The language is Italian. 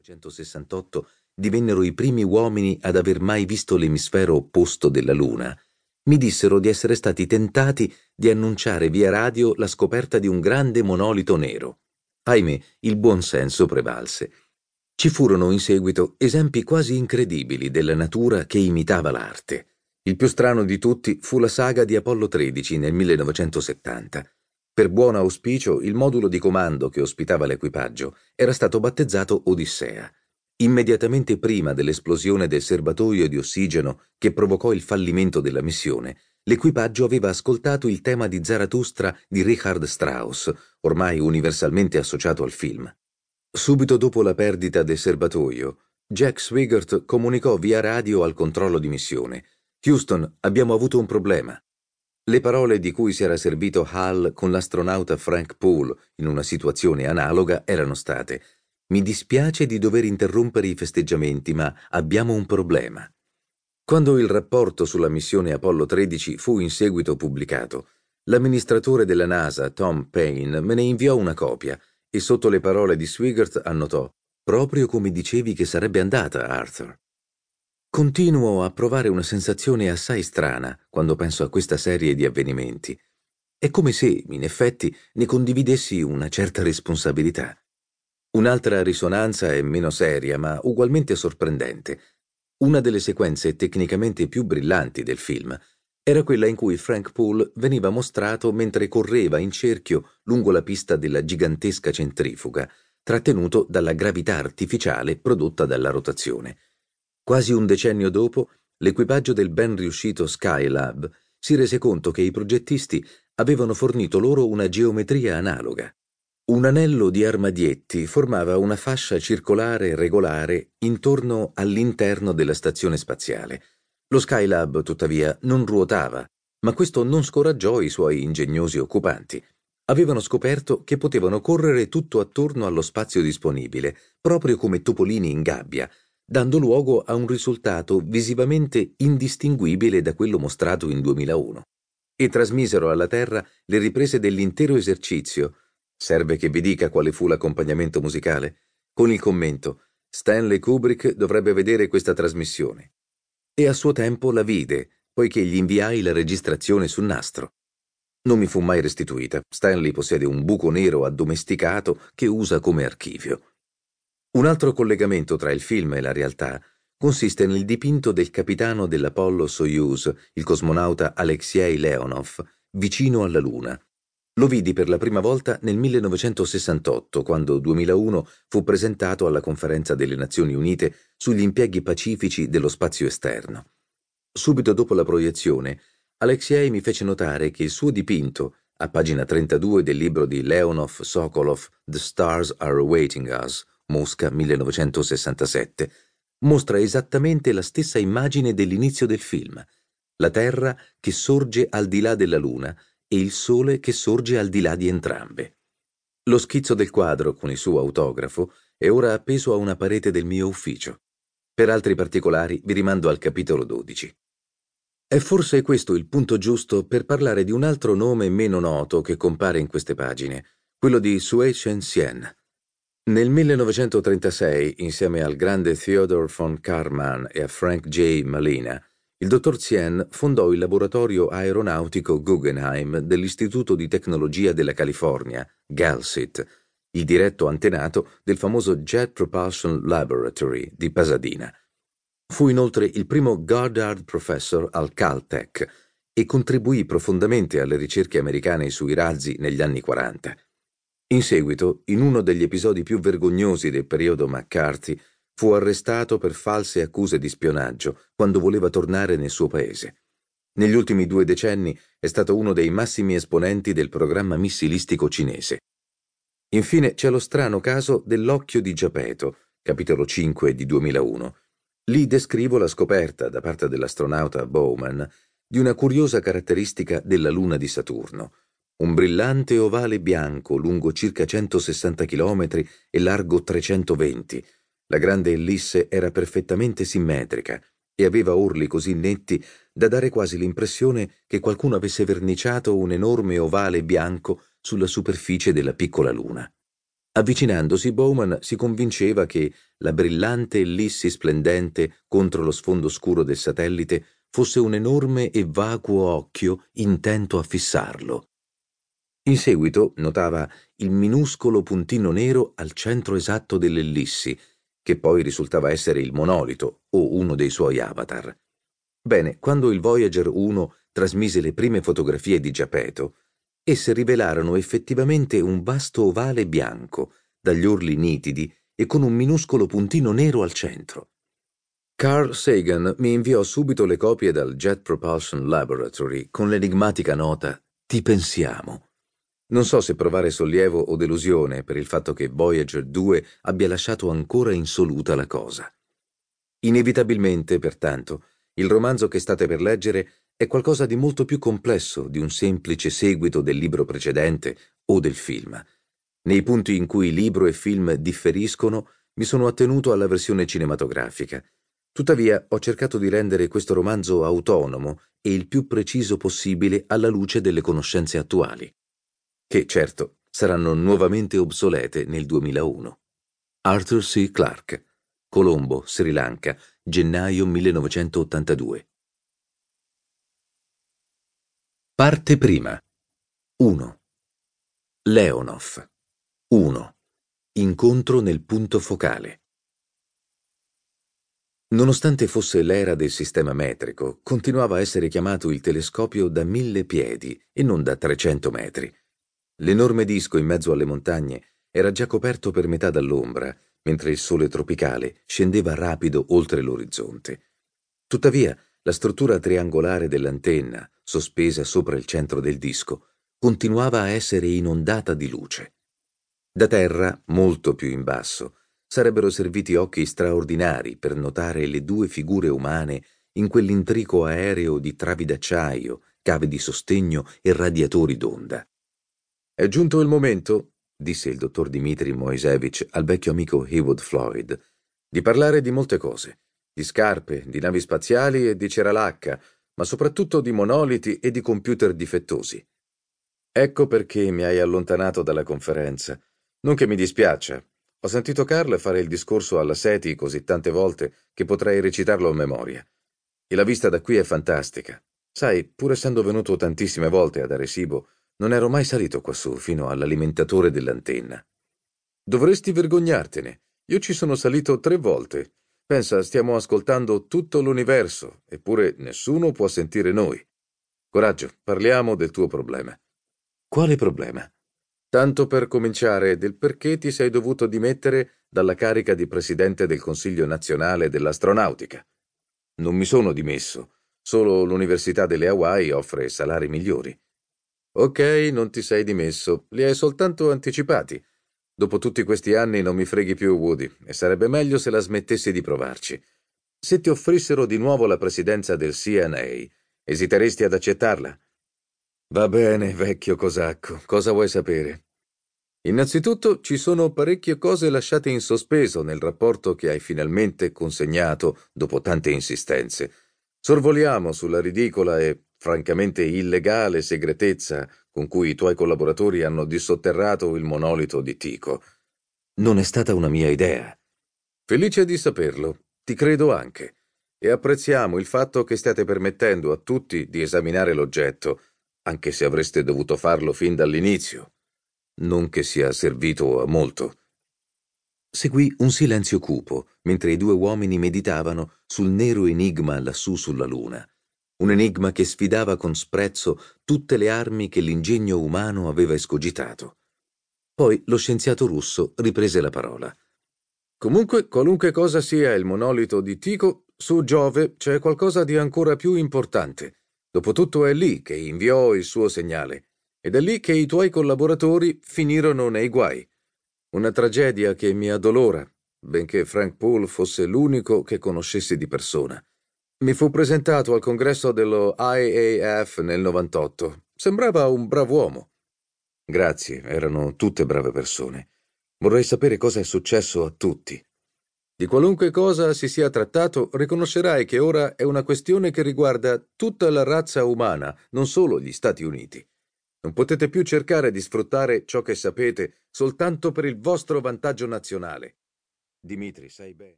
1968 divennero i primi uomini ad aver mai visto l'emisfero opposto della Luna, mi dissero di essere stati tentati di annunciare via radio la scoperta di un grande monolito nero. Ahimè, il buon senso prevalse. Ci furono in seguito esempi quasi incredibili della natura che imitava l'arte. Il più strano di tutti fu la saga di Apollo 13 nel 1970. Per buon auspicio, il modulo di comando che ospitava l'equipaggio era stato battezzato Odissea. Immediatamente prima dell'esplosione del serbatoio di ossigeno che provocò il fallimento della missione, l'equipaggio aveva ascoltato il tema di Zarathustra di Richard Strauss, ormai universalmente associato al film. Subito dopo la perdita del serbatoio, Jack Swigert comunicò via radio al controllo di missione: «Houston, abbiamo avuto un problema». Le parole di cui si era servito Hal con l'astronauta Frank Poole in una situazione analoga erano state: «Mi dispiace di dover interrompere i festeggiamenti, ma abbiamo un problema». Quando il rapporto sulla missione Apollo 13 fu in seguito pubblicato, l'amministratore della NASA, Tom Paine, me ne inviò una copia e sotto le parole di Swigert annotò: «Proprio come dicevi che sarebbe andata, Arthur». Continuo a provare una sensazione assai strana quando penso a questa serie di avvenimenti. È come se, in effetti, ne condividessi una certa responsabilità. Un'altra risonanza è meno seria, ma ugualmente sorprendente. Una delle sequenze tecnicamente più brillanti del film era quella in cui Frank Poole veniva mostrato mentre correva in cerchio lungo la pista della gigantesca centrifuga, trattenuto dalla gravità artificiale prodotta dalla rotazione. Quasi un decennio dopo, l'equipaggio del ben riuscito Skylab si rese conto che i progettisti avevano fornito loro una geometria analoga. Un anello di armadietti formava una fascia circolare regolare intorno all'interno della stazione spaziale. Lo Skylab, tuttavia, non ruotava, ma questo non scoraggiò i suoi ingegnosi occupanti. Avevano scoperto che potevano correre tutto attorno allo spazio disponibile, proprio come topolini in gabbia, dando luogo a un risultato visivamente indistinguibile da quello mostrato in 2001. E trasmisero alla Terra le riprese dell'intero esercizio. Serve che vi dica quale fu l'accompagnamento musicale? Con il commento: «Stanley Kubrick dovrebbe vedere questa trasmissione». E a suo tempo la vide, poiché gli inviai la registrazione su nastro. Non mi fu mai restituita. Stanley possiede un buco nero addomesticato che usa come archivio. Un altro collegamento tra il film e la realtà consiste nel dipinto del capitano dell'Apollo Soyuz, il cosmonauta Alexei Leonov, vicino alla Luna. Lo vidi per la prima volta nel 1968, quando 2001 fu presentato alla Conferenza delle Nazioni Unite sugli impieghi pacifici dello spazio esterno. Subito dopo la proiezione, Alexei mi fece notare che il suo dipinto, a pagina 32 del libro di Leonov Sokolov, The Stars Are Awaiting Us, Mosca 1967, mostra esattamente la stessa immagine dell'inizio del film: la Terra che sorge al di là della Luna e il Sole che sorge al di là di entrambe. Lo schizzo del quadro, con il suo autografo, è ora appeso a una parete del mio ufficio. Per altri particolari vi rimando al capitolo 12. È forse questo il punto giusto per parlare di un altro nome meno noto che compare in queste pagine, quello di Sui Chen-hsien. Nel 1936, insieme al grande Theodor von Karman e a Frank J. Malina, il dottor Hsien fondò il laboratorio aeronautico Guggenheim dell'Istituto di Tecnologia della California, GALSIT, il diretto antenato del famoso Jet Propulsion Laboratory di Pasadena. Fu inoltre il primo Goddard Professor al Caltech e contribuì profondamente alle ricerche americane sui razzi negli anni 40. In seguito, in uno degli episodi più vergognosi del periodo McCarthy, fu arrestato per false accuse di spionaggio quando voleva tornare nel suo paese. Negli ultimi 2 decenni è stato uno dei massimi esponenti del programma missilistico cinese. Infine c'è lo strano caso dell'Occhio di Giapeto, capitolo 5 di 2001. Lì descrivo la scoperta, da parte dell'astronauta Bowman, di una curiosa caratteristica della Luna di Saturno: un brillante ovale bianco lungo circa 160 km e largo 320. La grande ellisse era perfettamente simmetrica e aveva orli così netti da dare quasi l'impressione che qualcuno avesse verniciato un enorme ovale bianco sulla superficie della piccola Luna. Avvicinandosi, Bowman si convinceva che la brillante ellissi splendente contro lo sfondo scuro del satellite fosse un enorme e vacuo occhio intento a fissarlo. In seguito notava il minuscolo puntino nero al centro esatto dell'ellissi, che poi risultava essere il monolito o uno dei suoi avatar. Bene, quando il Voyager 1 trasmise le prime fotografie di Geppetto, esse rivelarono effettivamente un vasto ovale bianco, dagli orli nitidi e con un minuscolo puntino nero al centro. Carl Sagan mi inviò subito le copie dal Jet Propulsion Laboratory con l'enigmatica nota «Ti pensiamo». Non so se provare sollievo o delusione per il fatto che Voyager 2 abbia lasciato ancora insoluta la cosa. Inevitabilmente, pertanto, il romanzo che state per leggere è qualcosa di molto più complesso di un semplice seguito del libro precedente o del film. Nei punti in cui libro e film differiscono, mi sono attenuto alla versione cinematografica. Tuttavia, ho cercato di rendere questo romanzo autonomo e il più preciso possibile alla luce delle conoscenze attuali, che, certo, saranno nuovamente obsolete nel 2001. Arthur C. Clarke, Colombo, Sri Lanka, gennaio 1982. Parte prima. 1. Leonov. 1. Incontro nel punto focale. Nonostante fosse l'era del sistema metrico, continuava a essere chiamato il telescopio da 1000 piedi e non da 300 metri. L'enorme disco in mezzo alle montagne era già coperto per metà dall'ombra, mentre il sole tropicale scendeva rapido oltre l'orizzonte. Tuttavia, la struttura triangolare dell'antenna, sospesa sopra il centro del disco, continuava a essere inondata di luce. Da terra, molto più in basso, sarebbero serviti occhi straordinari per notare le due figure umane in quell'intrico aereo di travi d'acciaio, cave di sostegno e radiatori d'onda. «È giunto il momento», disse il dottor Dmitri Moisevich al vecchio amico Heywood Floyd, «di parlare di molte cose, di scarpe, di navi spaziali e di ceralacca, ma soprattutto di monoliti e di computer difettosi. Ecco perché mi hai allontanato dalla conferenza. Non che mi dispiaccia. Ho sentito Carl fare il discorso alla SETI così tante volte che potrei recitarlo a memoria. E la vista da qui è fantastica. Sai, pur essendo venuto tantissime volte ad Arecibo, non ero mai salito quassù fino all'alimentatore dell'antenna. Dovresti vergognartene. Io ci sono salito 3 volte. Pensa, stiamo ascoltando tutto l'universo, eppure nessuno può sentire noi. Coraggio, parliamo del tuo problema. Quale problema? Tanto per cominciare, del perché ti sei dovuto dimettere dalla carica di presidente del Consiglio Nazionale dell'Astronautica. Non mi sono dimesso, solo l'Università delle Hawaii offre salari migliori. Ok, non ti sei dimesso, li hai soltanto anticipati. Dopo tutti questi anni non mi freghi più, Woody, e sarebbe meglio se la smettessi di provarci. Se ti offrissero di nuovo la presidenza del CNA, esiteresti ad accettarla? Va bene, vecchio cosacco, cosa vuoi sapere? Innanzitutto ci sono parecchie cose lasciate in sospeso nel rapporto che hai finalmente consegnato dopo tante insistenze. Sorvoliamo sulla ridicola e francamente illegale segretezza con cui i tuoi collaboratori hanno dissotterrato il monolito di Tycho. Non è stata una mia idea. Felice di saperlo, ti credo anche. E apprezziamo il fatto che stiate permettendo a tutti di esaminare l'oggetto, anche se avreste dovuto farlo fin dall'inizio. Non che sia servito a molto. Seguì un silenzio cupo, mentre i due uomini meditavano sul nero enigma lassù sulla luna. Un enigma che sfidava con sprezzo tutte le armi che l'ingegno umano aveva escogitato. Poi lo scienziato russo riprese la parola. Comunque, qualunque cosa sia il monolito di Tycho, su Giove c'è qualcosa di ancora più importante. Dopotutto è lì che inviò il suo segnale. Ed è lì che i tuoi collaboratori finirono nei guai. Una tragedia che mi addolora, benché Frank Poole fosse l'unico che conoscessi di persona. Mi fu presentato al congresso dello IAF nel 98. Sembrava un brav'uomo. Grazie, erano tutte brave persone. Vorrei sapere cosa è successo a tutti. Di qualunque cosa si sia trattato, riconoscerai che ora è una questione che riguarda tutta la razza umana, non solo gli Stati Uniti. Non potete più cercare di sfruttare ciò che sapete soltanto per il vostro vantaggio nazionale. Dimitri, sai bene.